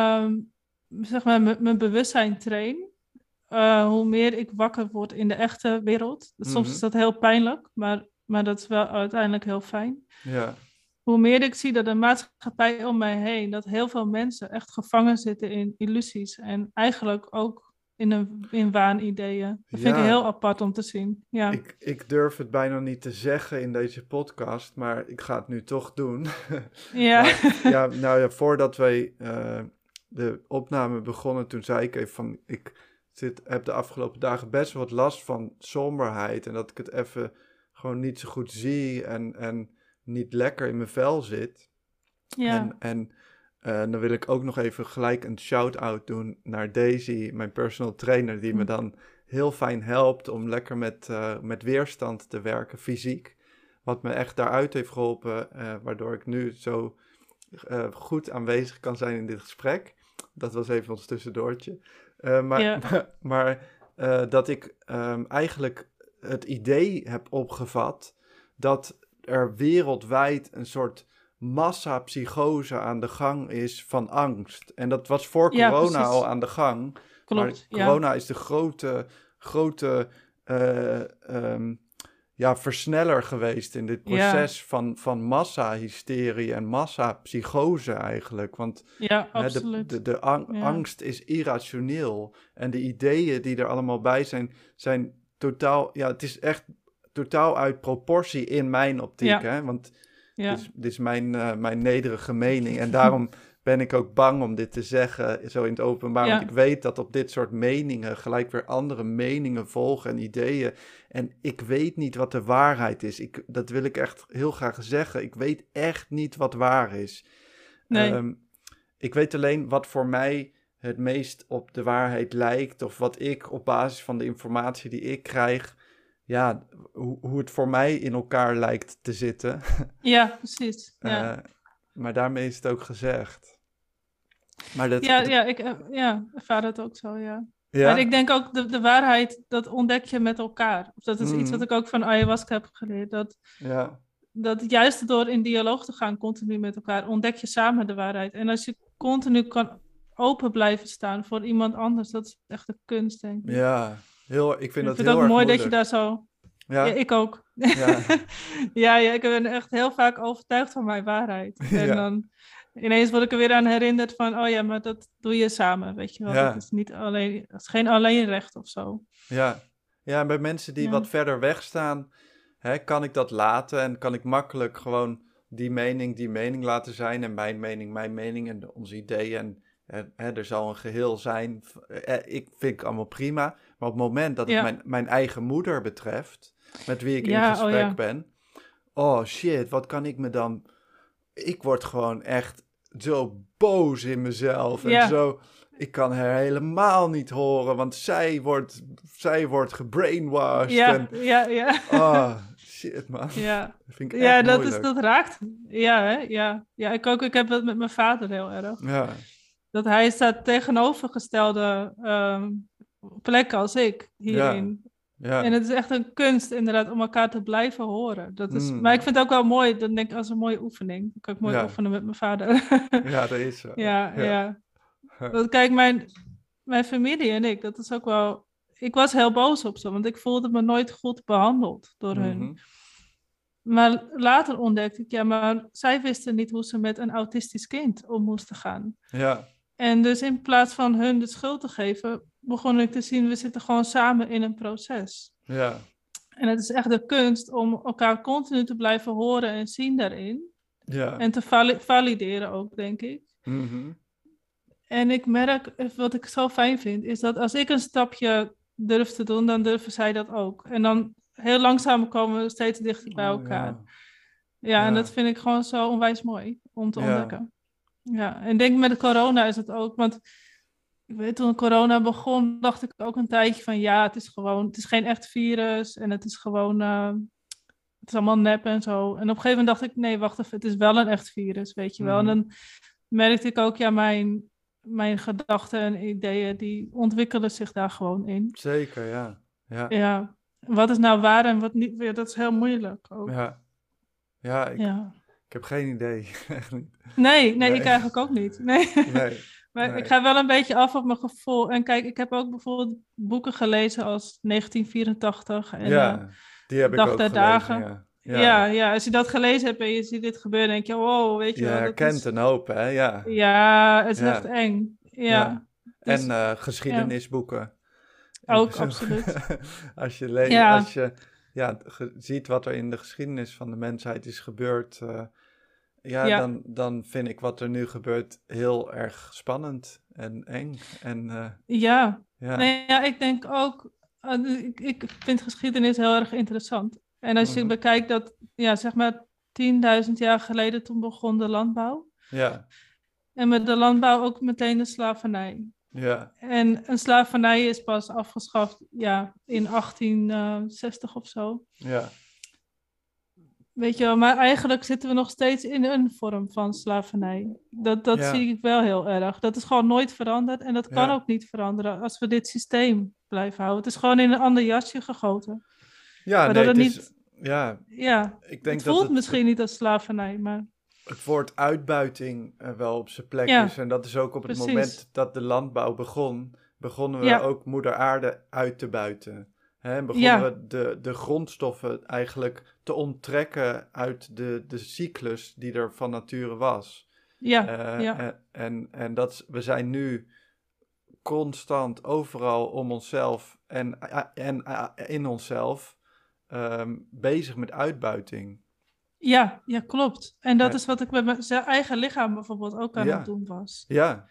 zeg maar mijn bewustzijn train, hoe meer ik wakker word in de echte wereld. Soms is Mhm. dat heel pijnlijk, maar dat is wel uiteindelijk heel fijn. Ja, Hoe meer ik zie dat de maatschappij om mij heen, dat heel veel mensen echt gevangen zitten in illusies en eigenlijk ook in waanideeën. Dat vind ik ja, heel apart om te zien. Ja, ik durf het bijna niet te zeggen in deze podcast, maar ik ga het nu toch doen. ja, Maar ja, nou ja, voordat wij de opname begonnen, toen zei ik even van, heb de afgelopen dagen best wat last van somberheid en dat ik het even gewoon niet zo goed zie en niet lekker in mijn vel zit. ja. En dan wil ik ook nog even gelijk een shout-out doen naar Daisy, mijn personal trainer, die me Hm. dan heel fijn helpt om lekker met weerstand te werken, fysiek. Wat me echt daaruit heeft geholpen, waardoor ik nu zo goed aanwezig kan zijn in dit gesprek. Dat was even ons tussendoortje. Maar Ja, maar dat ik eigenlijk het idee heb opgevat dat er wereldwijd een soort massapsychose aan de gang is van angst. En dat was voor ja, corona al precies. aan de gang. Maar Klopt, ja. corona is de grote versneller geweest in dit Ja, proces van massa-hysterie en massa-psychose eigenlijk. Want ja, de, absoluut. de Ja, angst is irrationeel. En de ideeën die er allemaal bij zijn totaal... Ja, het is echt totaal uit proportie in mijn optiek. ja, Hè? Want ja. dit is mijn nederige mening. En daarom ben ik ook bang om dit te zeggen, zo in het openbaar. Want ik Ja, weet dat op dit soort meningen gelijk weer andere meningen volgen en ideeën. En ik weet niet wat de waarheid is. Dat wil ik echt heel graag zeggen. Ik weet echt niet wat waar is. nee. Ik weet alleen wat voor mij het meest op de waarheid lijkt. Of wat ik op basis van de informatie die ik krijg. Ja, hoe het voor mij in elkaar lijkt te zitten. Ja, precies. Eh, Ja, maar daarmee is het ook gezegd. Maar dat, ja, ja, ik ervaar het ook zo, ja. Maar ja, ik denk ook, de waarheid, dat ontdek je met elkaar. Of dat is iets wat mm, ik ook van ayahuasca heb geleerd. ja, Dat juist door in dialoog te gaan, continu met elkaar, ontdek je samen de waarheid. En als je continu kan open blijven staan voor iemand anders, dat is echt de kunst, denk ik. ja, ik vind En ik dat vind het heel ook erg mooi dat je daar moeilijk. zo... Ja, Ja, ik ook. ja, Ja, ja, ik ben echt heel vaak overtuigd van mijn waarheid. En ja, dan ineens word ik er weer aan herinnerd van, oh ja, maar dat doe je samen, weet je wel. Dat ja, is niet alleen, dat is geen alleenrecht of zo. ja. Ja, en bij mensen die Ja, wat verder weg staan, hè, kan ik dat laten en kan ik makkelijk gewoon die mening laten zijn en mijn mening en onze ideeën. En er zal een geheel zijn. Ik vind het allemaal prima. Maar op het moment dat het ja, mijn eigen moeder betreft, met wie ik in ja, oh gesprek ja. ben, oh shit, wat kan ik me dan... Ik word gewoon echt zo boos in mezelf en Ja, zo... ik kan haar helemaal niet horen, want zij wordt gebrainwashed. En, Ja. oh, shit, man. Ja, Dat vind ik echt moeilijk. dat raakt. Ja, hè? Ja, ik ook. Ik heb dat met mijn vader heel erg. Ja, Dat hij staat tegenovergestelde plek als ik hierin. ja. En het is echt een kunst inderdaad om elkaar te blijven horen. Dat is, Mm. Maar ik vind het ook wel mooi. Dan denk ik als een mooie oefening. Dan kan ik mooi oefenen met mijn vader. Ja, dat is zo. Ja. Want kijk, mijn familie en ik, dat is ook wel... Ik was heel boos op ze, want ik voelde me nooit goed behandeld door hun. Maar later ontdekte ik, maar zij wisten niet hoe ze met een autistisch kind om moesten gaan. Ja. En dus in plaats van hun de schuld te geven, begon ik te zien, we zitten gewoon samen in een proces. Ja. En het is echt de kunst om elkaar continu te blijven horen en zien daarin. Ja. En te valideren ook, denk ik. En ik merk, wat ik zo fijn vind, is dat als ik een stapje durf te doen, dan durven zij dat ook. En dan heel langzaam komen we steeds dichter bij elkaar. Ja, en dat vind ik gewoon zo onwijs mooi om te ontdekken. Ja, en ik denk met de corona is het ook, want ik weet toen corona begon, dacht ik ook een tijdje van het is geen echt virus en het is gewoon, het is allemaal nep en zo. En op een gegeven moment dacht ik, nee, wacht even, het is wel een echt virus, weet je wel. En dan merkte ik ook, mijn gedachten en ideeën, die ontwikkelen zich daar gewoon in. Zeker, ja. Ja, wat is nou waar en wat niet, dat is heel moeilijk ook. Ja, ik heb geen idee. Echt niet. Nee, ik eigenlijk ook niet. Nee. Maar Nee. ik ga wel een beetje af op mijn gevoel. En kijk, ik heb ook bijvoorbeeld boeken gelezen als 1984. En, die heb ik ook gelezen, dagen. Ja, als je dat gelezen hebt en je ziet dit gebeuren, denk je, wow, weet je wel. Je herkent een hoop, hè? Ja. Ja, het is echt eng. Ja. Dus, en geschiedenisboeken. Ook, absoluut. Als je leest, als je ziet wat er in de geschiedenis van de mensheid is gebeurd, dan vind ik wat er nu gebeurt heel erg spannend en eng. En, ik denk ook, ik vind geschiedenis heel erg interessant. En als je bekijkt dat, zeg maar 10.000 jaar geleden toen begon de landbouw. Ja. En met de landbouw ook meteen de slavernij. Ja. En een slavernij is pas afgeschaft, in 1860 of zo. Ja. Weet je wel, maar eigenlijk zitten we nog steeds in een vorm van slavernij. Dat zie ik wel heel erg. Dat is gewoon nooit veranderd en dat kan ook niet veranderen als we dit systeem blijven houden. Het is gewoon in een ander jasje gegoten. Ja, maar nee, dat het niet... is... Ja, ik denk het voelt misschien niet als slavernij, maar... Het woord uitbuiting wel op zijn plek is. En dat is ook op het moment dat de landbouw begonnen we ook moeder aarde uit te buiten. En begonnen we de grondstoffen eigenlijk te onttrekken uit de cyclus die er van nature was. En we zijn nu constant overal om onszelf en in onszelf bezig met uitbuiting. Ja, klopt. En dat is wat ik met mijn eigen lichaam bijvoorbeeld ook aan het doen was. Ja.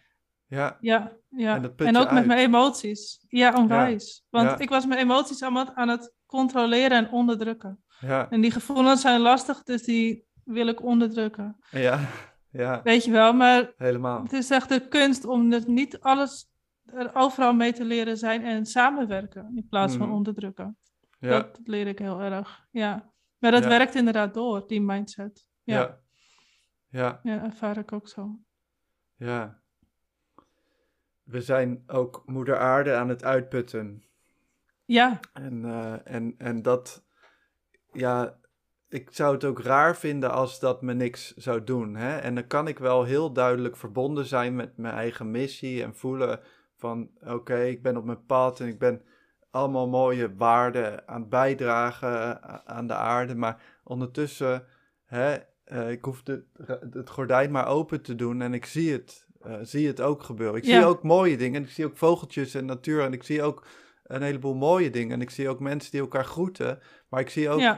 En ook met mijn emoties. Ja, onwijs. Want ik was mijn emoties allemaal aan het controleren en onderdrukken. Ja. En die gevoelens zijn lastig, dus die wil ik onderdrukken. Ja. Weet je wel, maar helemaal. Het is echt de kunst om het niet alles er overal mee te leren zijn en samenwerken in plaats van onderdrukken. Dat leer ik heel erg. Maar dat werkt inderdaad door, die mindset. Ja, ervaar ik ook zo. Ja. We zijn ook moeder aarde aan het uitputten. Ja. En dat, ik zou het ook raar vinden als dat me niks zou doen. Hè? En dan kan ik wel heel duidelijk verbonden zijn met mijn eigen missie en voelen van oké, ik ben op mijn pad en ik ben allemaal mooie waarden aan het bijdragen aan de aarde. Maar ondertussen, ik hoef het gordijn maar open te doen en ik zie het ook gebeuren. Ik zie ook mooie dingen. En ik zie ook vogeltjes en natuur. En ik zie ook een heleboel mooie dingen. En ik zie ook mensen die elkaar groeten. Maar ik zie ook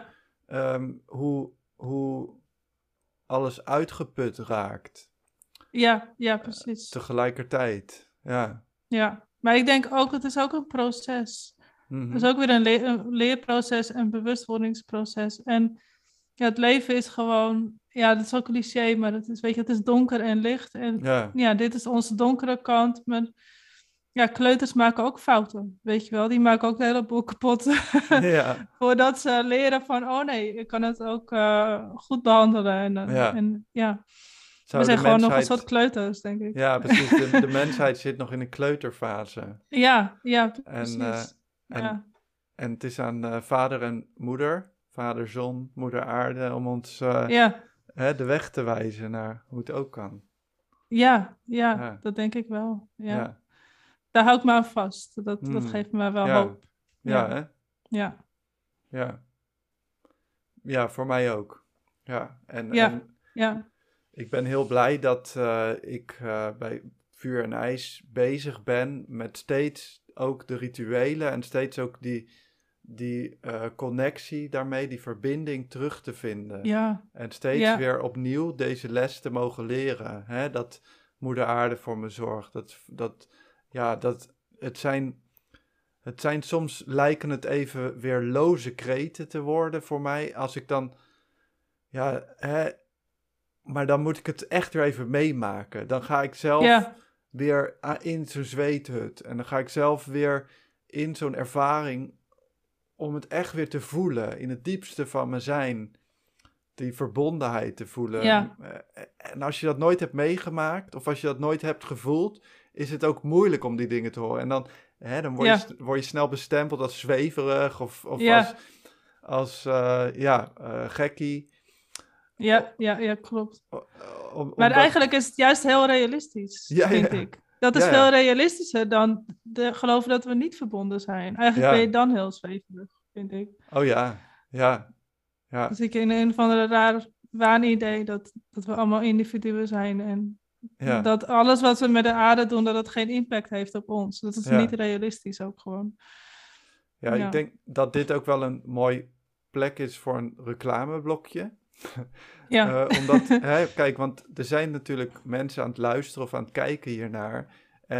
hoe alles uitgeput raakt. Ja, precies. Tegelijkertijd, Ja, maar ik denk ook, het is ook een proces. Het is ook weer een leerproces, een bewustwordingsproces. En het leven is gewoon, dat is ook cliché, maar het is donker en licht. En dit is onze donkere kant. Maar Ja, kleuters maken ook fouten, weet je wel. Die maken ook een heleboel kapot. Ja, Voordat ze leren van, oh nee, ik kan het ook goed behandelen. ja. En ja, we Zou de zijn gewoon nog een soort mensheid... kleuters, denk ik. Ja, precies. De mensheid zit nog in een kleuterfase. Ja, En, precies. en, Ja, en het is aan vader en moeder, vader zon, moeder aarde, om ons ja, de weg te wijzen naar hoe het ook kan. ja, Ja, dat denk ik wel. Ja. ja. Daar hou ik me aan vast. Dat Hmm. geeft me wel Ja, hoop. ja, Ja, hè? ja, Ja. Ja, voor mij ook. Ja, ja, en ja, ik ben heel blij dat ik bij Vuur en IJs bezig ben met steeds ook de rituelen en steeds ook die connectie daarmee, die verbinding terug te vinden. ja, En steeds ja, weer opnieuw deze les te mogen leren. Hè? Dat Moeder Aarde voor me zorgt. Dat het zijn soms lijken het even weer loze kreten te worden voor mij. Als ik dan, ja, hè, maar dan moet ik het echt weer even meemaken. Dan ga ik zelf ja, weer in zo'n zweethut. En dan ga ik zelf weer in zo'n ervaring om het echt weer te voelen. In het diepste van mijn zijn. Die verbondenheid te voelen. ja, En als je dat nooit hebt meegemaakt, of als je dat nooit hebt gevoeld, is het ook moeilijk om die dingen te horen. En dan ja, word je snel bestempeld als zweverig of ja, als gekkie. ja, klopt. Maar Omdat, eigenlijk is het juist heel realistisch, ja, vind ja, ik. Dat is ja, veel ja, realistischer dan geloven dat we niet verbonden zijn. Eigenlijk ben je ja. dan heel zweverig, vind ik. Oh ja, ja, Dan ja, zit je in een of andere raar waanidee dat we allemaal individuen zijn. En ja, dat alles wat we met de aarde doen, dat het geen impact heeft op ons. Dat is niet ja. realistisch ook gewoon. Ja, ik Ja, denk dat dit ook wel een mooi plek is voor een reclameblokje. ja, Omdat, kijk, want er zijn natuurlijk mensen aan het luisteren of aan het kijken hiernaar.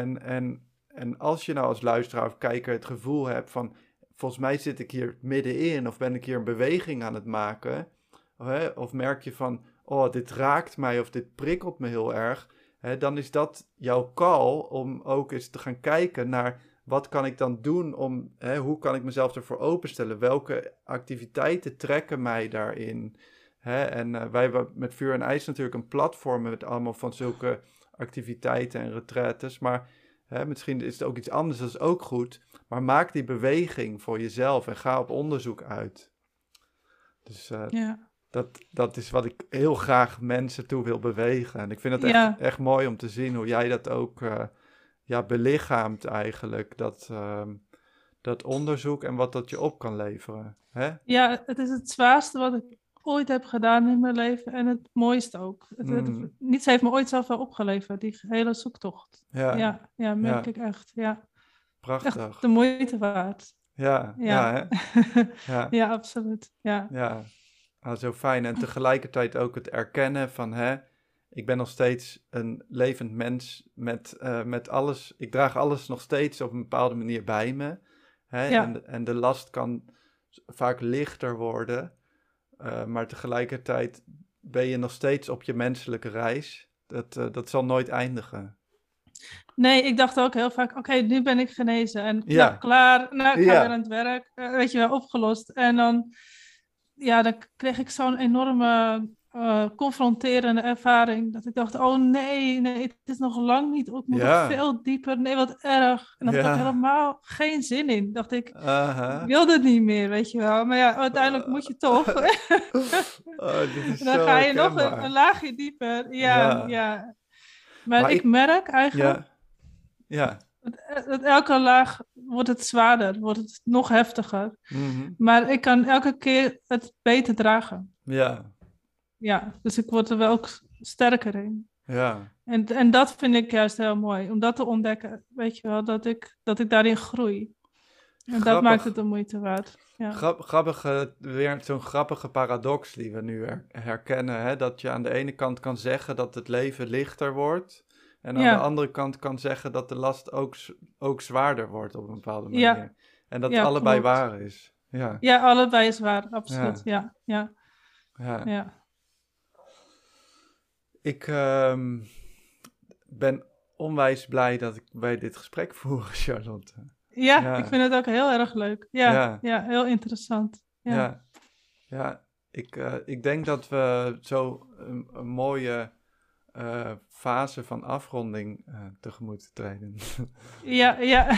En als je nou als luisteraar of kijker het gevoel hebt van, volgens mij zit ik hier middenin of ben ik hier een beweging aan het maken. Of merk je van, oh, dit raakt mij of dit prikkelt me heel erg. Dan is dat jouw call om ook eens te gaan kijken naar wat kan ik dan doen om, hoe kan ik mezelf ervoor openstellen? Welke activiteiten trekken mij daarin? Wij hebben met Vuur en IJs natuurlijk een platform met allemaal van zulke activiteiten en retraites. Maar misschien is het ook iets anders, dat is ook goed. Maar maak die beweging voor jezelf en ga op onderzoek uit. Dus ja, dat is wat ik heel graag mensen toe wil bewegen. En ik vind het ja. echt mooi om te zien hoe jij dat ook belichaamt eigenlijk. Dat onderzoek en wat dat je op kan leveren. Hè? Ja, het is het zwaarste wat ik ooit heb gedaan in mijn leven en het mooiste ook. Mm, Niets heeft me ooit zoveel opgeleverd, die hele zoektocht. ja, Ja, merk ja, ik echt. Ja, echt de prachtig. moeite waard. Ja, ja, Ja, hè? Ja, ja, absoluut. Ja, ja. Zo fijn. En tegelijkertijd ook het erkennen van, ik ben nog steeds een levend mens met alles. Ik draag alles nog steeds op een bepaalde manier bij me. ja, En de last kan vaak lichter worden. Maar tegelijkertijd ben je nog steeds op je menselijke reis. Dat zal nooit eindigen. nee, ik dacht ook heel vaak, oké, nu ben ik genezen. En nou, Ja, klaar. Nou, ik ga weer ja, aan het werk. Weet je wel, opgelost. En dan, ja, dan kreeg ik zo'n enorme confronterende ervaring. Dat ik dacht, oh nee, het is nog lang niet. Ik moet nog ja, veel dieper. Nee, wat erg. En daar had ik ja. helemaal geen zin in. Dacht ik Aha. wilde het niet meer, weet je wel. Maar ja, uiteindelijk moet je toch. Oh, dit En is dan zo ga je nog een herkenbaar. laagje dieper. Ja, Ja, ja. Maar maar ik merk eigenlijk ja, ja, dat elke laag wordt het zwaarder, wordt het nog heftiger. mhm, Maar ik kan elke keer het beter dragen. ja, Ja, dus ik word er wel ook sterker in. ja. En dat vind ik juist heel mooi, om dat te ontdekken. Weet je wel, dat ik daarin groei. En dat maakt het Grappig, de moeite waard. Ja, grappige, weer zo'n grappige paradox die we nu herkennen. Dat je aan de ene kant kan zeggen dat het leven lichter wordt. En aan de ja, andere kant kan zeggen dat de last ook zwaarder wordt op een bepaalde ja, manier. En dat ja, allebei klopt. waar is. Ja, Ja, allebei is waar, absoluut. ja, Ja, ja, ja. ja. Ik ben onwijs blij dat ik bij dit gesprek voer, Charlotte. Ja, ik vind het ook heel erg leuk. Ja, heel interessant. Ja. Ik denk dat we zo een mooie fase van afronding tegemoet treden. Ja.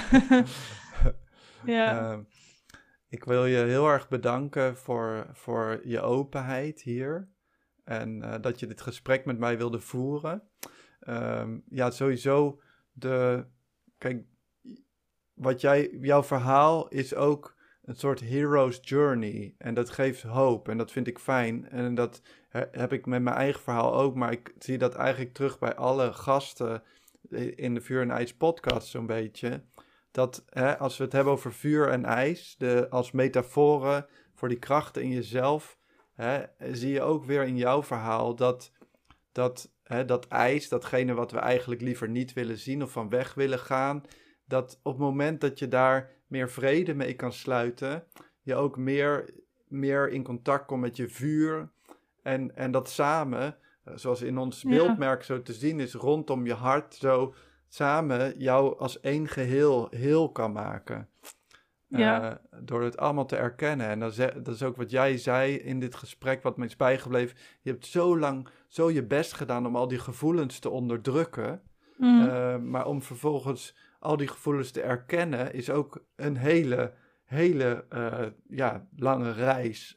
Ja. Ik wil je heel erg bedanken voor je openheid hier. En dat je dit gesprek met mij wilde voeren. Sowieso kijk, jouw verhaal is ook een soort hero's journey. En dat geeft hoop en dat vind ik fijn. En dat heb ik met mijn eigen verhaal ook. Maar ik zie dat eigenlijk terug bij alle gasten in de Vuur en IJs podcast zo'n beetje. Dat als we het hebben over vuur en ijs, als metaforen voor die krachten in jezelf, zie je ook weer in jouw verhaal dat ijs, datgene wat we eigenlijk liever niet willen zien of van weg willen gaan, dat op het moment dat je daar meer vrede mee kan sluiten, je ook meer in contact komt met je vuur en dat samen, zoals in ons beeldmerk zo te zien is, rondom je hart, zo samen jou als één geheel heel kan maken. Door het allemaal te erkennen. En dat is ook wat jij zei in dit gesprek, wat me is bijgebleven. Je hebt zo lang zo je best gedaan om al die gevoelens te onderdrukken. Maar om vervolgens al die gevoelens te erkennen, is ook een hele lange reis.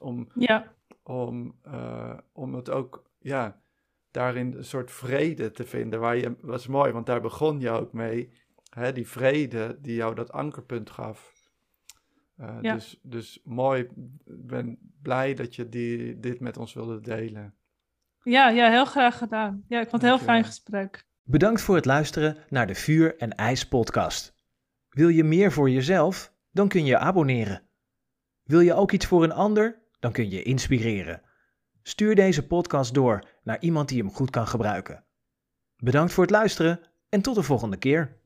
Om het ook, daarin een soort vrede te vinden. Was mooi, want daar begon je ook mee. Die vrede die jou dat ankerpunt gaf. Dus mooi, ik ben blij dat je dit met ons wilde delen. Ja, heel graag gedaan. Ja, ik vond het een heel fijn gesprek. Bedankt voor het luisteren naar de Vuur en IJs podcast. Wil je meer voor jezelf? Dan kun je je abonneren. Wil je ook iets voor een ander? Dan kun je inspireren. Stuur deze podcast door naar iemand die hem goed kan gebruiken. Bedankt voor het luisteren en tot de volgende keer.